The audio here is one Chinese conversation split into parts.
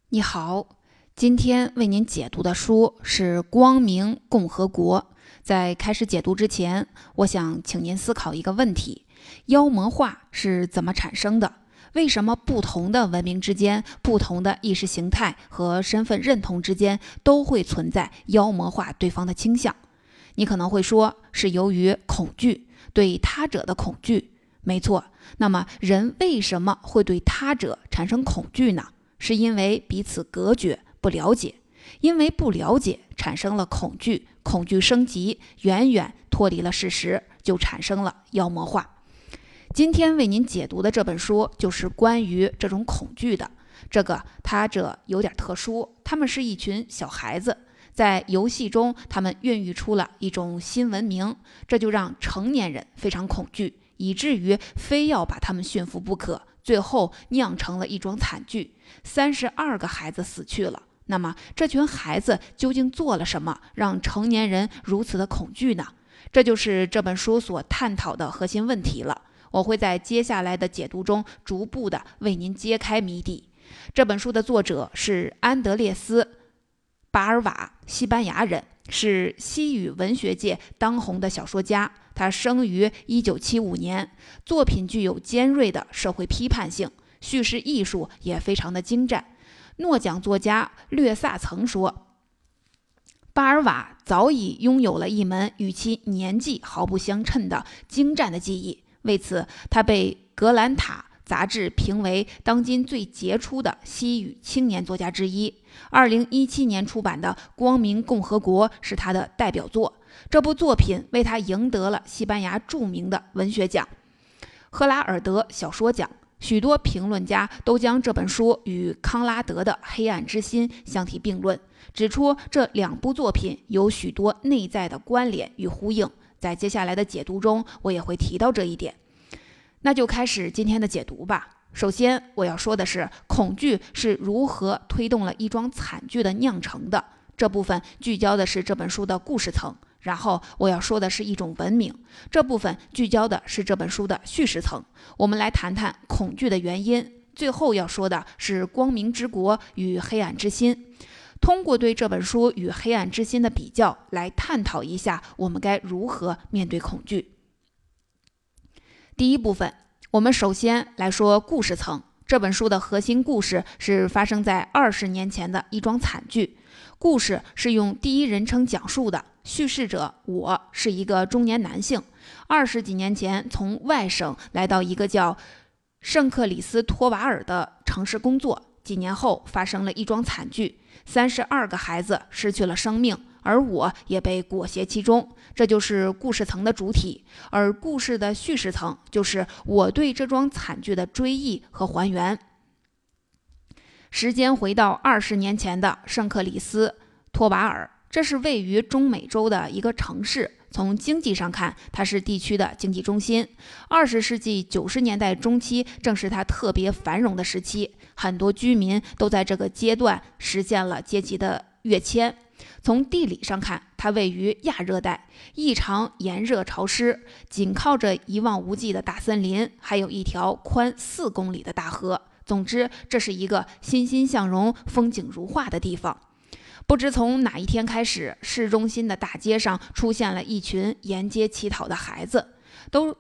你好，今天为您解读的书是《光明共和国》。在开始解读之前，我想请您思考一个问题：妖魔化是怎么产生的？为什么不同的文明之间、不同的意识形态和身份认同之间都会存在妖魔化对方的倾向？你可能会说，是由于恐惧，对他者的恐惧。没错，那么人为什么会对他者产生恐惧呢？是因为彼此隔绝、不了解，因为不了解产生了恐惧，恐惧升级，远远脱离了事实，就产生了妖魔化。今天为您解读的这本书就是关于这种恐惧的。这个他者有点特殊，他们是一群小孩子，在游戏中他们孕育出了一种新文明，这就让成年人非常恐惧，以至于非要把他们驯服不可，最后酿成了一桩惨剧，32个孩子死去了。那么这群孩子究竟做了什么，让成年人如此的恐惧呢？这就是这本书所探讨的核心问题了。我会在接下来的解读中逐步的为您揭开谜底。这本书的作者是安德烈斯·巴尔瓦，西班牙人，是西语文学界当红的小说家。他生于1975年，作品具有尖锐的社会批判性，叙事艺术也非常的精湛。诺奖作家略萨曾说，巴尔瓦早已拥有了一门与其年纪毫不相称的精湛的技艺，为此他被格兰塔杂志评为当今最杰出的西语青年作家之一。2017年出版的《光明共和国》是他的代表作，这部作品为他赢得了西班牙著名的文学奖赫拉尔德小说奖。许多评论家都将这本书与康拉德的《黑暗之心》相提并论，指出这两部作品有许多内在的关联与呼应。在接下来的解读中，我也会提到这一点。那就开始今天的解读吧。首先我要说的是，恐惧是如何推动了一桩惨剧的酿成的。这部分聚焦的是这本书的故事层，然后我要说的是一种文明，这部分聚焦的是这本书的叙事层。我们来谈谈恐惧的原因，最后要说的是光明之国与黑暗之心。通过对这本书与黑暗之心的比较，来探讨一下我们该如何面对恐惧。第一部分，我们首先来说故事层。这本书的核心故事是发生在20年前的一桩惨剧。故事是用第一人称讲述的，叙事者我是一个中年男性，20几年前从外省来到一个叫圣克里斯托瓦尔的城市工作。几年后发生了一桩惨剧，32个孩子失去了生命，而我也被裹挟其中。这就是故事层的主体，而故事的叙事层就是我对这桩惨剧的追忆和还原。时间回到20年前的圣克里斯托瓦尔，这是位于中美洲的一个城市。从经济上看，它是地区的经济中心。20世纪90年代中期正是它特别繁荣的时期，很多居民都在这个阶段实现了阶级的跃迁。从地理上看，它位于亚热带，异常炎热潮湿，紧靠着一望无际的大森林，还有一条宽4公里的大河。总之，这是一个欣欣向荣、风景如画的地方。不知从哪一天开始，市中心的大街上出现了一群沿街乞讨的孩子，都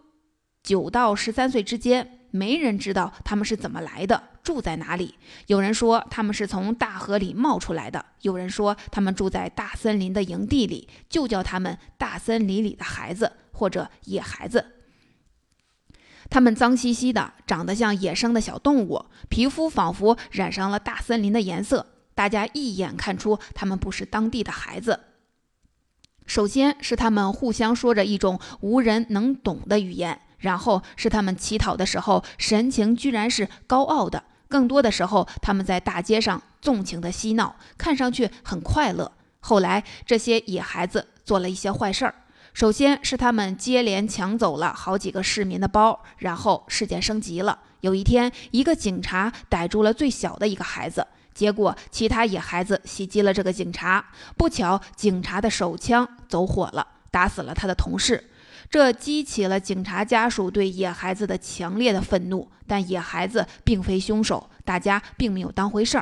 9到13岁之间，没人知道他们是怎么来的，住在哪里。有人说他们是从大河里冒出来的，有人说他们住在大森林的营地里，就叫他们大森林里的孩子或者野孩子。他们脏兮兮的，长得像野生的小动物，皮肤仿佛染上了大森林的颜色。大家一眼看出他们不是当地的孩子。首先是他们互相说着一种无人能懂的语言，然后是他们乞讨的时候神情居然是高傲的，更多的时候他们在大街上纵情的嬉闹，看上去很快乐。后来这些野孩子做了一些坏事儿，首先是他们接连抢走了好几个市民的包，然后事件升级了。有一天，一个警察逮住了最小的一个孩子，结果其他野孩子袭击了这个警察，不巧警察的手枪走火了，打死了他的同事。这激起了警察家属对野孩子的强烈的愤怒，但野孩子并非凶手，大家并没有当回事儿。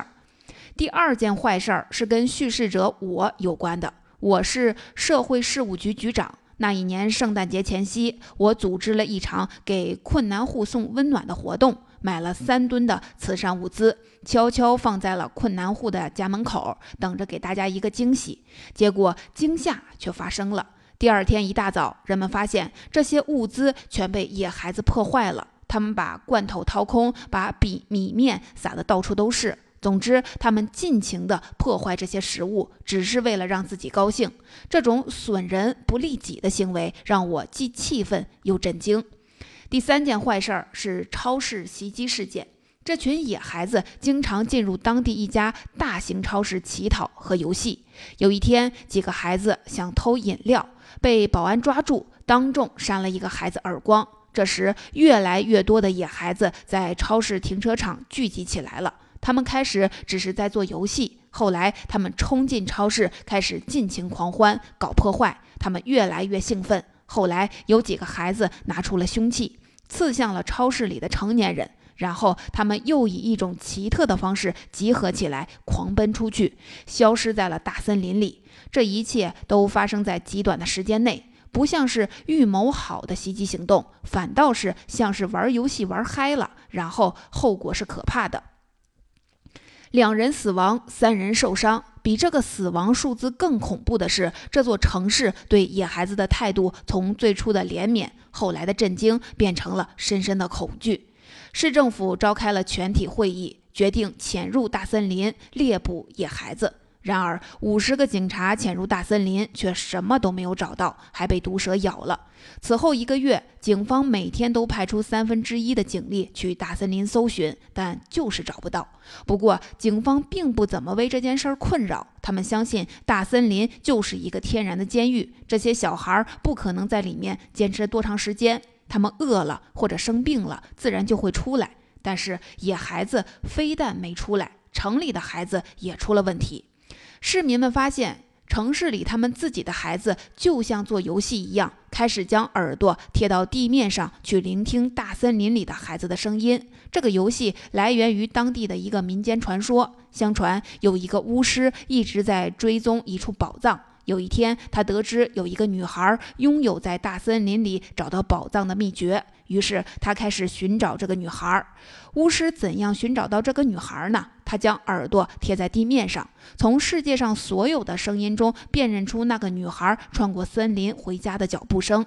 第二件坏事儿是跟叙事者我有关的。我是社会事务局局长。那一年圣诞节前夕，我组织了一场给困难户送温暖的活动，买了3吨的慈善物资，悄悄放在了困难户的家门口，等着给大家一个惊喜。结果惊吓却发生了。第二天一大早，人们发现这些物资全被野孩子破坏了。他们把罐头掏空，把米面撒得到处都是。总之，他们尽情地破坏这些食物，只是为了让自己高兴。这种损人不利己的行为让我既气愤又震惊。第三件坏事是超市袭击事件。这群野孩子经常进入当地一家大型超市乞讨和游戏。有一天，几个孩子想偷饮料，被保安抓住，当众扇了一个孩子耳光。这时，越来越多的野孩子在超市停车场聚集起来了。他们开始只是在做游戏，后来他们冲进超市，开始尽情狂欢，搞破坏。他们越来越兴奋，后来有几个孩子拿出了凶器，刺向了超市里的成年人。然后他们又以一种奇特的方式集合起来，狂奔出去，消失在了大森林里。这一切都发生在极短的时间内，不像是预谋好的袭击行动，反倒是像是玩游戏玩嗨了，然后后果是可怕的。2人死亡，3人受伤。比这个死亡数字更恐怖的是，这座城市对野孩子的态度从最初的怜悯，后来的震惊，变成了深深的恐惧。市政府召开了全体会议，决定潜入大森林猎捕野孩子。然而50个警察潜入大森林，却什么都没有找到，还被毒蛇咬了。此后1个月，警方每天都派出1/3的警力去大森林搜寻，但就是找不到。不过警方并不怎么为这件事困扰，他们相信大森林就是一个天然的监狱，这些小孩不可能在里面坚持多长时间，他们饿了或者生病了，自然就会出来。但是野孩子非但没出来，城里的孩子也出了问题。市民们发现，城市里他们自己的孩子就像做游戏一样，开始将耳朵贴到地面上去聆听大森林里的孩子的声音。这个游戏来源于当地的一个民间传说，相传有一个巫师一直在追踪一处宝藏。有一天，他得知有一个女孩拥有在大森林里找到宝藏的秘诀，于是他开始寻找这个女孩。巫师怎样寻找到这个女孩呢？他将耳朵贴在地面上，从世界上所有的声音中辨认出那个女孩穿过森林回家的脚步声。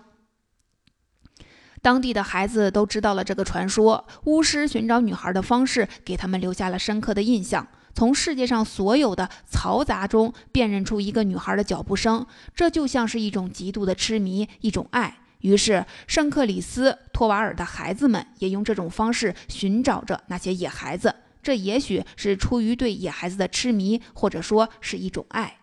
当地的孩子都知道了这个传说，巫师寻找女孩的方式给他们留下了深刻的印象。从世界上所有的嘈杂中辨认出一个女孩的脚步声，这就像是一种极度的痴迷，一种爱。于是圣克里斯托瓦尔的孩子们也用这种方式寻找着那些野孩子，这也许是出于对野孩子的痴迷，或者说是一种爱。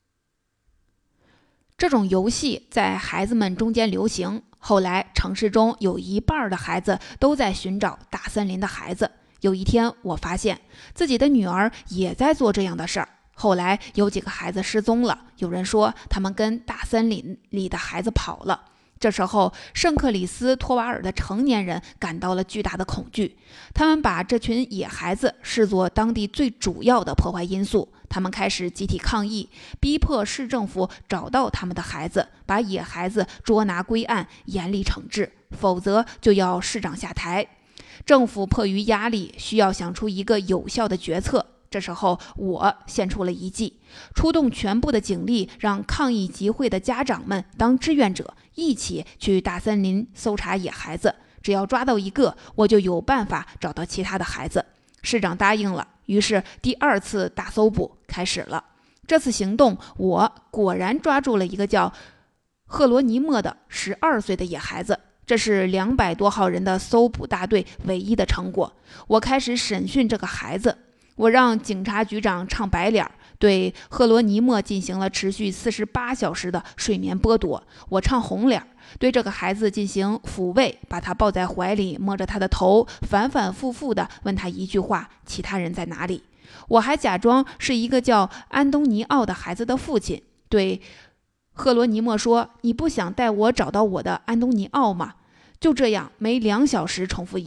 这种游戏在孩子们中间流行，后来城市中有1半的孩子都在寻找大森林的孩子。有一天，我发现自己的女儿也在做这样的事儿。后来有几个孩子失踪了，有人说他们跟大森林里的孩子跑了。这时候，圣克里斯托瓦尔的成年人感到了巨大的恐惧，他们把这群野孩子视作当地最主要的破坏因素。他们开始集体抗议，逼迫市政府找到他们的孩子，把野孩子捉拿归案，严厉惩治，否则就要市长下台。政府迫于压力，需要想出一个有效的决策。这时候，我献出了一计，出动全部的警力，让抗议集会的家长们当志愿者，一起去大森林搜查野孩子。只要抓到一个，我就有办法找到其他的孩子。市长答应了，于是第2次大搜捕开始了。这次行动，我果然抓住了一个叫赫罗尼莫的12岁的野孩子。这是200多号人的搜捕大队唯一的成果。我开始审讯这个孩子，我让警察局长唱白脸，对赫罗尼莫进行了持续48小时的睡眠剥夺。我唱红脸，对这个孩子进行抚慰，把他抱在怀里，摸着他的头，反反复复地问他一句话：其他人在哪里？我还假装是一个叫安东尼奥的孩子的父亲，对赫罗尼莫说：你不想带我找到我的安东尼奥吗？就这样，每2小时重复一次。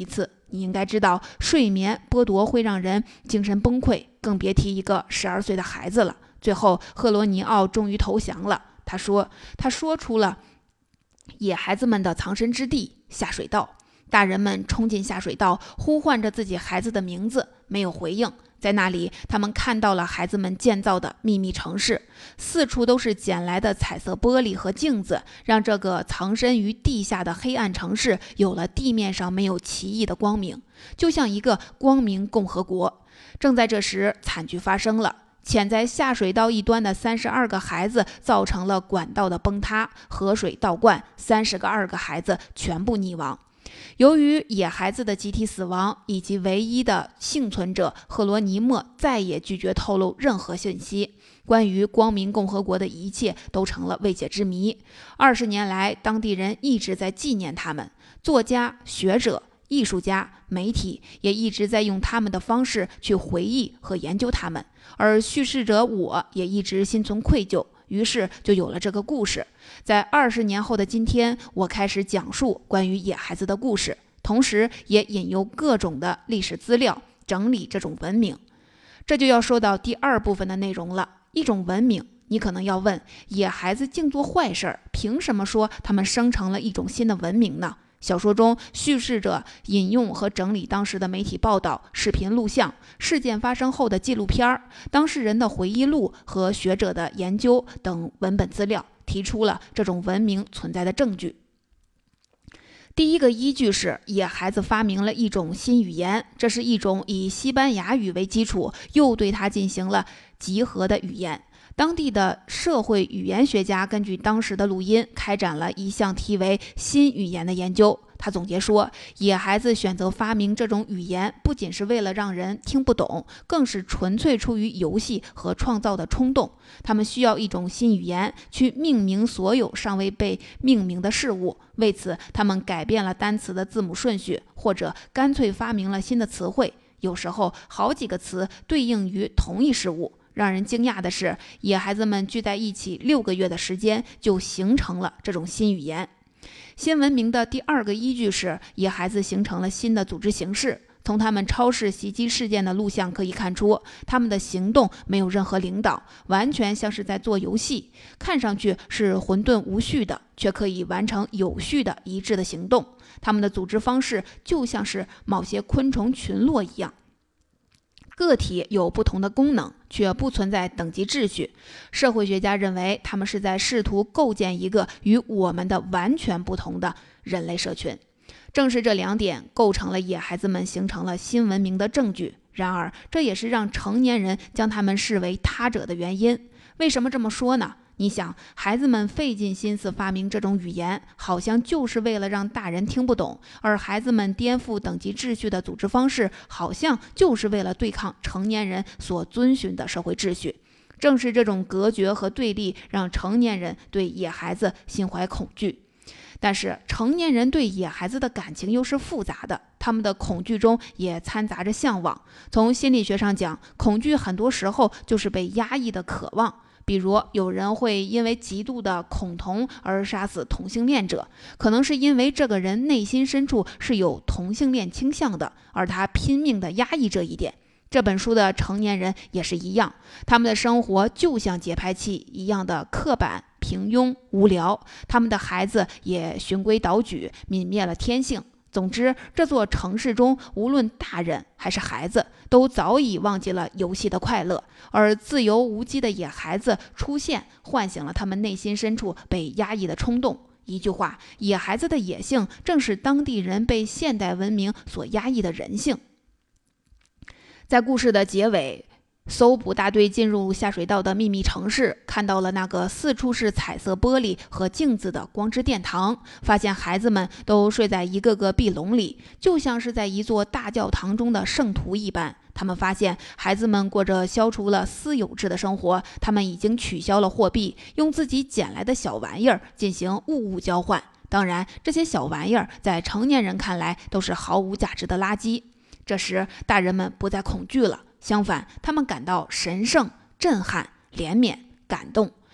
你应该知道，睡眠剥夺会让人精神崩溃，更别提一个12岁的孩子了。最后，赫罗尼奥终于投降了。他说出了野孩子们的藏身之地——下水道。大人们冲进下水道，呼唤着自己孩子的名字，没有回应。在那里，他们看到了孩子们建造的秘密城市，四处都是捡来的彩色玻璃和镜子，让这个藏身于地下的黑暗城市有了地面上没有奇异的光明，就像一个光明共和国。正在这时，惨剧发生了。潜在下水道一端的32个孩子造成了管道的崩塌，河水倒灌，32个孩子全部溺亡。由于野孩子的集体死亡，以及唯一的幸存者赫罗尼莫再也拒绝透露任何信息，关于光明共和国的一切都成了未解之谜。20年来，当地人一直在纪念他们，作家、学者、艺术家、媒体也一直在用他们的方式去回忆和研究他们，而叙事者我也一直心存愧疚。于是就有了这个故事。在20年后的今天，我开始讲述关于野孩子的故事，同时也引用各种的历史资料，整理这种文明。这就要说到第2部分的内容了。一种文明，你可能要问，野孩子净做坏事，凭什么说他们生成了一种新的文明呢？小说中，叙事者引用和整理当时的媒体报道、视频录像、事件发生后的纪录片、当事人的回忆录和学者的研究等文本资料，提出了这种文明存在的证据。第一个依据是，野孩子发明了一种新语言，这是一种以西班牙语为基础，又对它进行了集合的语言。当地的社会语言学家根据当时的录音，开展了一项题为“新语言”的研究。他总结说，野孩子选择发明这种语言，不仅是为了让人听不懂，更是纯粹出于游戏和创造的冲动。他们需要一种新语言去命名所有尚未被命名的事物，为此，他们改变了单词的字母顺序，或者干脆发明了新的词汇。有时候，好几个词对应于同一事物。让人惊讶的是，野孩子们聚在一起6个月的时间，就形成了这种新语言。新文明的第2个依据是，野孩子形成了新的组织形式。从他们超市袭击事件的录像可以看出，他们的行动没有任何领导，完全像是在做游戏，看上去是混沌无序的，却可以完成有序的一致的行动。他们的组织方式就像是某些昆虫群落一样，个体有不同的功能，却不存在等级秩序。社会学家认为，他们是在试图构建一个与我们的完全不同的人类社群。正是这2点构成了野孩子们形成了新文明的证据。然而，这也是让成年人将他们视为他者的原因。为什么这么说呢？你想，孩子们费尽心思发明这种语言，好像就是为了让大人听不懂；而孩子们颠覆等级秩序的组织方式，好像就是为了对抗成年人所遵循的社会秩序。正是这种隔绝和对立，让成年人对野孩子心怀恐惧。但是，成年人对野孩子的感情又是复杂的，他们的恐惧中也掺杂着向往。从心理学上讲，恐惧很多时候就是被压抑的渴望。比如，有人会因为极度的恐同而杀死同性恋者，可能是因为这个人内心深处是有同性恋倾向的，而他拼命地压抑这一点。这本书的成年人也是一样，他们的生活就像节拍器一样的刻板、平庸、无聊，他们的孩子也循规蹈矩，泯灭了天性。总之，这座城市中，无论大人还是孩子，都早已忘记了游戏的快乐，而自由无羁的野孩子出现，唤醒了他们内心深处被压抑的冲动。一句话，野孩子的野性，正是当地人被现代文明所压抑的人性。在故事的结尾，搜捕大队进入下水道的秘密城市，看到了那个四处是彩色玻璃和镜子的光之殿堂，发现孩子们都睡在一个个壁笼里，就像是在一座大教堂中的圣徒一般。他们发现孩子们过着消除了私有制的生活，他们已经取消了货币，用自己捡来的小玩意儿进行物交换。当然，这些小玩意儿在成年人看来都是毫无价值的垃圾。这时，大人们不再恐惧了，相反，他们感到神圣、震撼、怜悯、感动。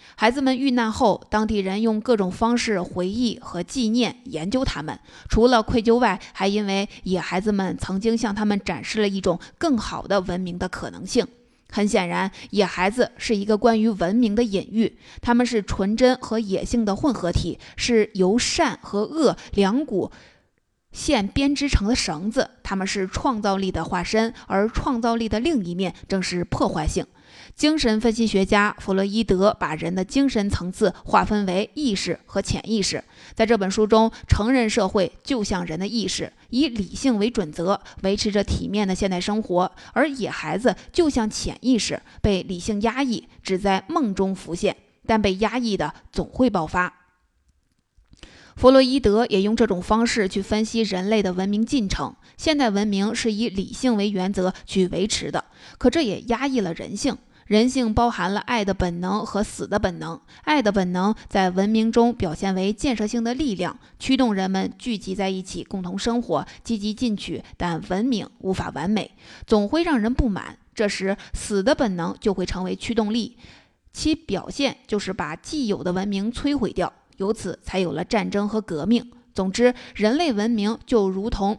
孩子们遇难后，当地人用各种方式回忆和纪念、研究他们。除了愧疚外，还因为野孩子们曾经向他们展示了一种更好的文明的可能性。很显然，野孩子是一个关于文明的隐喻，他们是纯真和野性的混合体，是由善和恶两股线编织成的绳子，他们是创造力的化身，而创造力的另一面正是破坏性。精神分析学家弗洛伊德把人的精神层次划分为意识和潜意识。在这本书中，成人社会就像人的意识，以理性为准则，维持着体面的现代生活；而野孩子就像潜意识，被理性压抑，只在梦中浮现，但被压抑的总会爆发。弗洛伊德也用这种方式去分析人类的文明进程。现代文明是以理性为原则去维持的，可这也压抑了人性。人性包含了爱的本能和死的本能。爱的本能在文明中表现为建设性的力量，驱动人们聚集在一起共同生活，积极进取。但文明无法完美，总会让人不满。这时，死的本能就会成为驱动力，其表现就是把既有的文明摧毁掉，由此才有了战争和革命。总之，人类文明就如同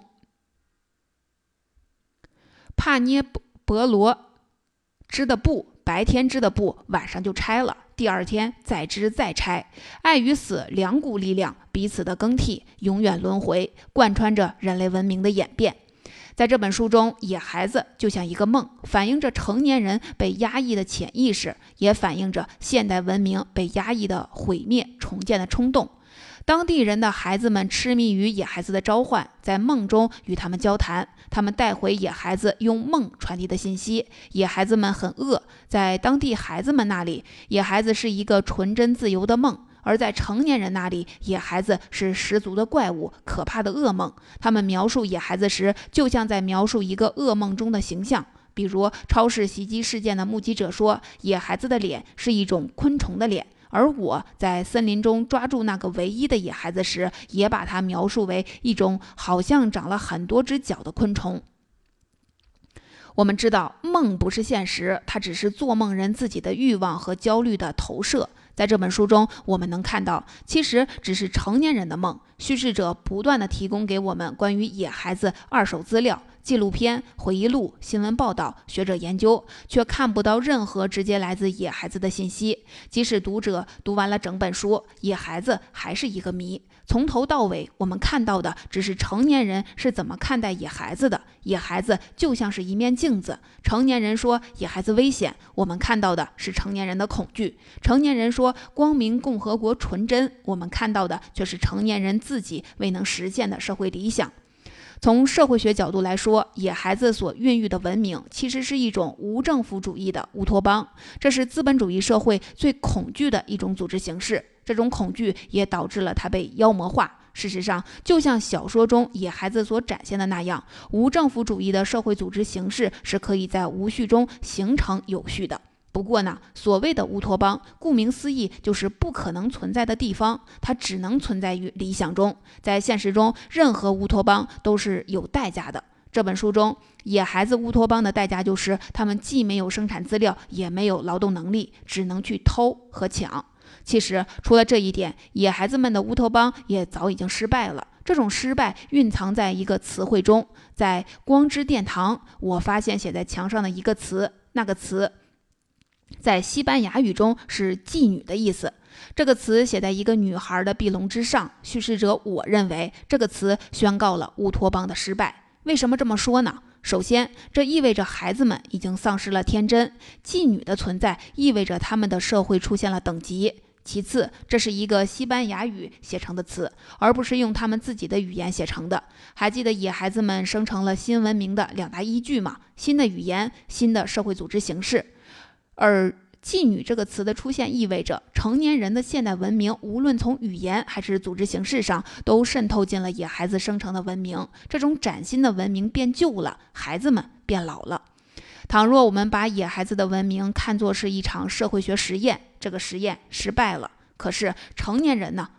帕涅博罗织的布，白天织的布，晚上就拆了，第二天再织再拆。爱与死两股力量彼此的更替，永远轮回，贯穿着人类文明的演变。在这本书中，野孩子就像一个梦，反映着成年人被压抑的潜意识，也反映着现代文明被压抑的毁灭重建的冲动。当地人的孩子们痴迷于野孩子的召唤，在梦中与他们交谈，他们带回野孩子用梦传递的信息。野孩子们很饿，在当地孩子们那里，野孩子是一个纯真自由的梦，而在成年人那里，野孩子是十足的怪物，可怕的噩梦。他们描述野孩子时，就像在描述一个噩梦中的形象。比如超市袭击事件的目击者说，野孩子的脸是一种昆虫的脸，而我在森林中抓住那个唯一的野孩子时，也把它描述为一种好像长了很多只脚的昆虫。我们知道梦不是现实，它只是做梦人自己的欲望和焦虑的投射。在这本书中，我们能看到，其实只是成年人的梦。叙事者不断地提供给我们关于野孩子二手资料、纪录片、回忆录、新闻报道、学者研究，却看不到任何直接来自野孩子的信息。即使读者读完了整本书，野孩子还是一个谜。从头到尾，我们看到的只是成年人是怎么看待野孩子的。野孩子就像是一面镜子，成年人说野孩子危险，我们看到的是成年人的恐惧；成年人说光明共和国纯真，我们看到的却是成年人自己未能实现的社会理想。从社会学角度来说，野孩子所孕育的文明其实是一种无政府主义的乌托邦，这是资本主义社会最恐惧的一种组织形式。这种恐惧也导致了它被妖魔化。事实上，就像小说中野孩子所展现的那样，无政府主义的社会组织形式是可以在无序中形成有序的。不过呢，所谓的乌托邦，顾名思义就是不可能存在的地方，它只能存在于理想中。在现实中，任何乌托邦都是有代价的。这本书中，野孩子乌托邦的代价就是他们既没有生产资料，也没有劳动能力，只能去偷和抢。其实，除了这一点，野孩子们的乌托邦也早已经失败了。这种失败蕴藏在一个词汇中，在光之殿堂，我发现写在墙上的一个词，那个词在西班牙语中是妓女的意思。这个词写在一个女孩的臂龙之上。叙事者我认为这个词宣告了乌托邦的失败。为什么这么说呢？首先，这意味着孩子们已经丧失了天真。妓女的存在意味着他们的社会出现了等级。其次，这是一个西班牙语写成的词，而不是用他们自己的语言写成的。还记得野孩子们生成了新文明的两大依据吗？新的语言，新的社会组织形式。而妓女这个词的出现意味着成年人的现代文明无论从语言还是组织形式上都渗透进了野孩子生成的文明。这种崭新的文明变旧了，孩子们变老了。倘若我们把野孩子的文明看作是一场社会学实验，这个实验失败了。可是成年人呢？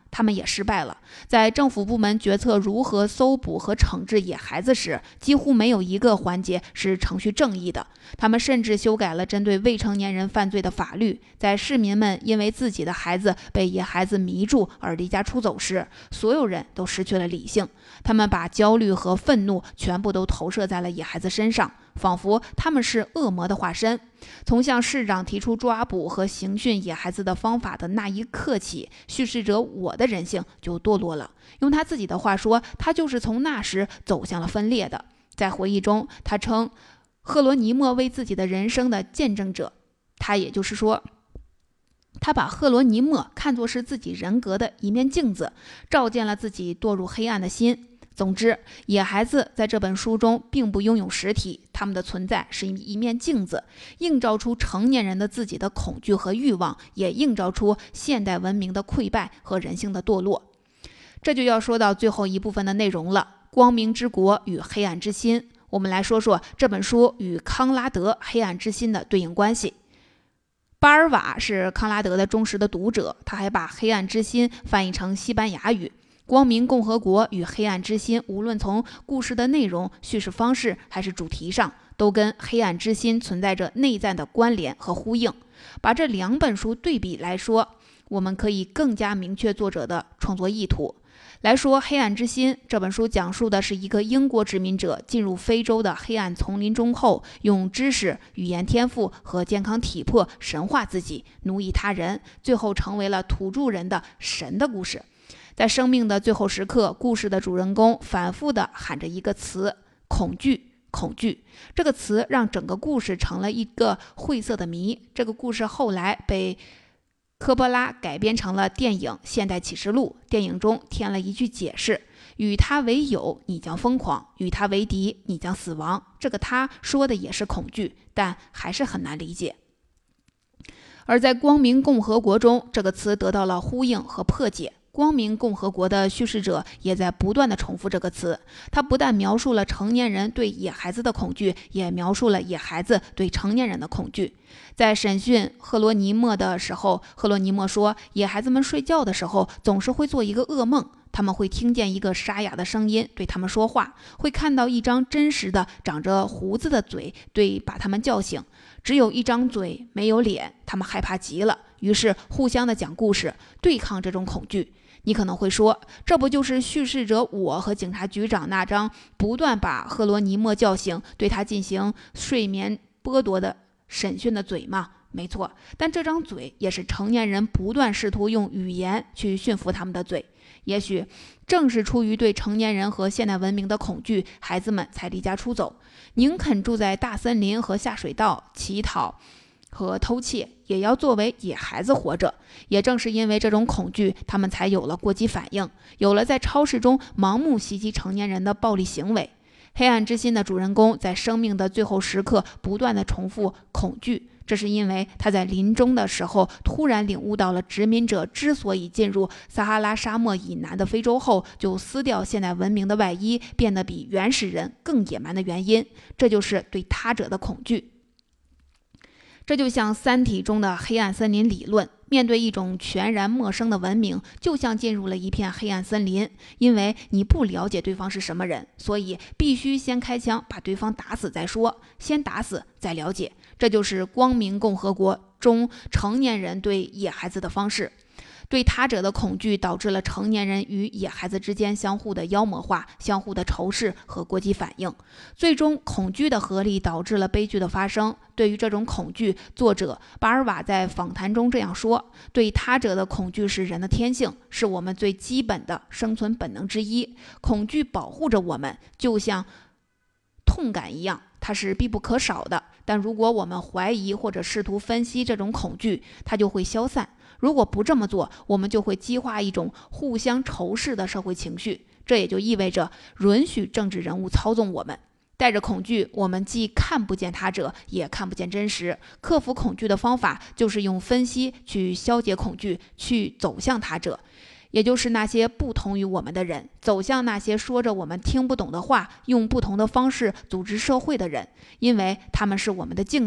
他们也失败了。在政府部门决策如何搜捕和惩治野孩子时，几乎没有一个环节是程序正义的。他们甚至修改了针对未成年人犯罪的法律。在市民们因为自己的孩子被野孩子迷住而离家出走时，所有人都失去了理性。他们把焦虑和愤怒全部都投射在了野孩子身上，仿佛他们是恶魔的化身。从向市长提出抓捕和刑讯野孩子的方法的那一刻起，叙事者我的人性就堕落了。用他自己的话说，他就是从那时走向了分裂的。在回忆中，他称赫罗尼默为自己的人生的见证者，也就是说，他把赫罗尼默看作是自己人格的一面镜子，照见了自己堕入黑暗的心。总之，野孩子在这本书中并不拥有实体，他们的存在是一面镜子，映照出成年人的自己的恐惧和欲望，也映照出现代文明的溃败和人性的堕落。这就要说到最后一部分的内容了，光明之国与黑暗之心。我们来说说这本书与康拉德《黑暗之心》的对应关系。巴尔瓦是康拉德的忠实的读者，他还把《黑暗之心》翻译成西班牙语。光明共和国与黑暗之心，无论从故事的内容、叙事方式还是主题上，都跟黑暗之心存在着内在的关联和呼应。把这两本书对比来说，我们可以更加明确作者的创作意图。来说《黑暗之心》这本书讲述的是一个英国殖民者进入非洲的黑暗丛林中后，用知识、语言天赋和健康体魄神化自己，奴役他人，最后成为了土著人的神的故事。在生命的最后时刻，故事的主人公反复地喊着一个词：恐惧。恐惧这个词让整个故事成了一个晦涩的谜。这个故事后来被科波拉改编成了电影《现代启示录》，电影中添了一句解释：与他为友，你将疯狂；与他为敌，你将死亡。这个他说的也是恐惧，但还是很难理解。而在光明共和国中，这个词得到了呼应和破解。光明共和国的叙事者也在不断地重复这个词，他不但描述了成年人对野孩子的恐惧，也描述了野孩子对成年人的恐惧。在审讯赫罗尼默的时候，赫罗尼默说，野孩子们睡觉的时候总是会做一个噩梦，他们会听见一个沙哑的声音对他们说话，会看到一张真实的长着胡子的嘴把他们叫醒。只有一张嘴没有脸，他们害怕极了，于是互相的讲故事，对抗这种恐惧。你可能会说，这不就是叙事者我和警察局长那张不断把赫罗尼默叫醒，对他进行睡眠剥夺的审讯的嘴吗？没错，但这张嘴也是成年人不断试图用语言去驯服他们的嘴。也许正是出于对成年人和现代文明的恐惧，孩子们才离家出走，宁肯住在大森林和下水道乞讨和偷窃，也要作为野孩子活着。也正是因为这种恐惧，他们才有了过激反应，有了在超市中盲目袭击成年人的暴力行为。黑暗之心的主人公在生命的最后时刻不断地重复恐惧，这是因为他在临终的时候突然领悟到了殖民者之所以进入撒哈拉沙漠以南的非洲后就撕掉现代文明的外衣，变得比原始人更野蛮的原因，这就是对他者的恐惧。这就像《三体》中的黑暗森林理论，面对一种全然陌生的文明，就像进入了一片黑暗森林。因为你不了解对方是什么人，所以必须先开枪把对方打死再说，先打死再了解。这就是光明共和国中成年人对野孩子的方式。对他者的恐惧导致了成年人与野孩子之间相互的妖魔化、相互的仇视和过激反应，最终恐惧的合力导致了悲剧的发生。对于这种恐惧，作者巴尔瓦在访谈中这样说：对他者的恐惧是人的天性，是我们最基本的生存本能之一。恐惧保护着我们，就像痛感一样，它是必不可少的。但如果我们怀疑或者试图分析这种恐惧，它就会消散。如果不这么做，我们就会激化一种互相仇视的社会情绪，这也就意味着允许政治人物操纵我们。带着恐惧，我们既看不见他者，也看不见真实。克服恐惧的方法就是用分析去消解恐惧，去走向他者，也就是那些不同于我们的人，走向那些说着我们听不懂的话，用不同的方式组织社会的人，因为他们是我们的镜子。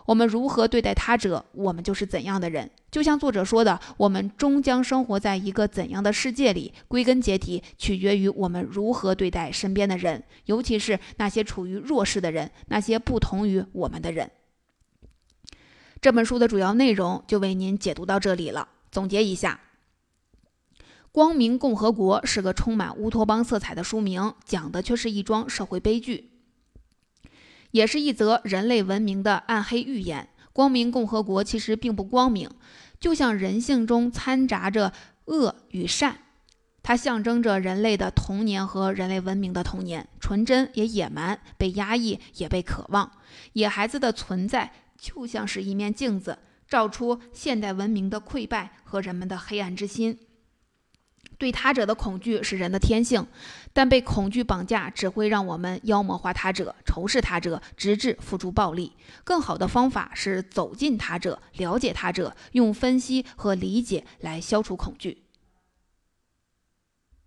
我们如何对待他者，我们就是怎样的人。就像作者说的，我们终将生活在一个怎样的世界里，归根结底取决于我们如何对待身边的人，尤其是那些处于弱势的人，那些不同于我们的人。这本书的主要内容就为您解读到这里了。总结一下，光明共和国是个充满乌托邦色彩的书名，讲的却是一桩社会悲剧，也是一则人类文明的暗黑预言。光明共和国其实并不光明，就像人性中掺杂着恶与善，它象征着人类的童年和人类文明的童年，纯真也野蛮，被压抑也被渴望。野孩子的存在就像是一面镜子，照出现代文明的溃败和人们的黑暗之心。对他者的恐惧是人的天性，但被恐惧绑架只会让我们妖魔化他者，仇视他者，直至付诸暴力。更好的方法是走进他者，了解他者，用分析和理解来消除恐惧。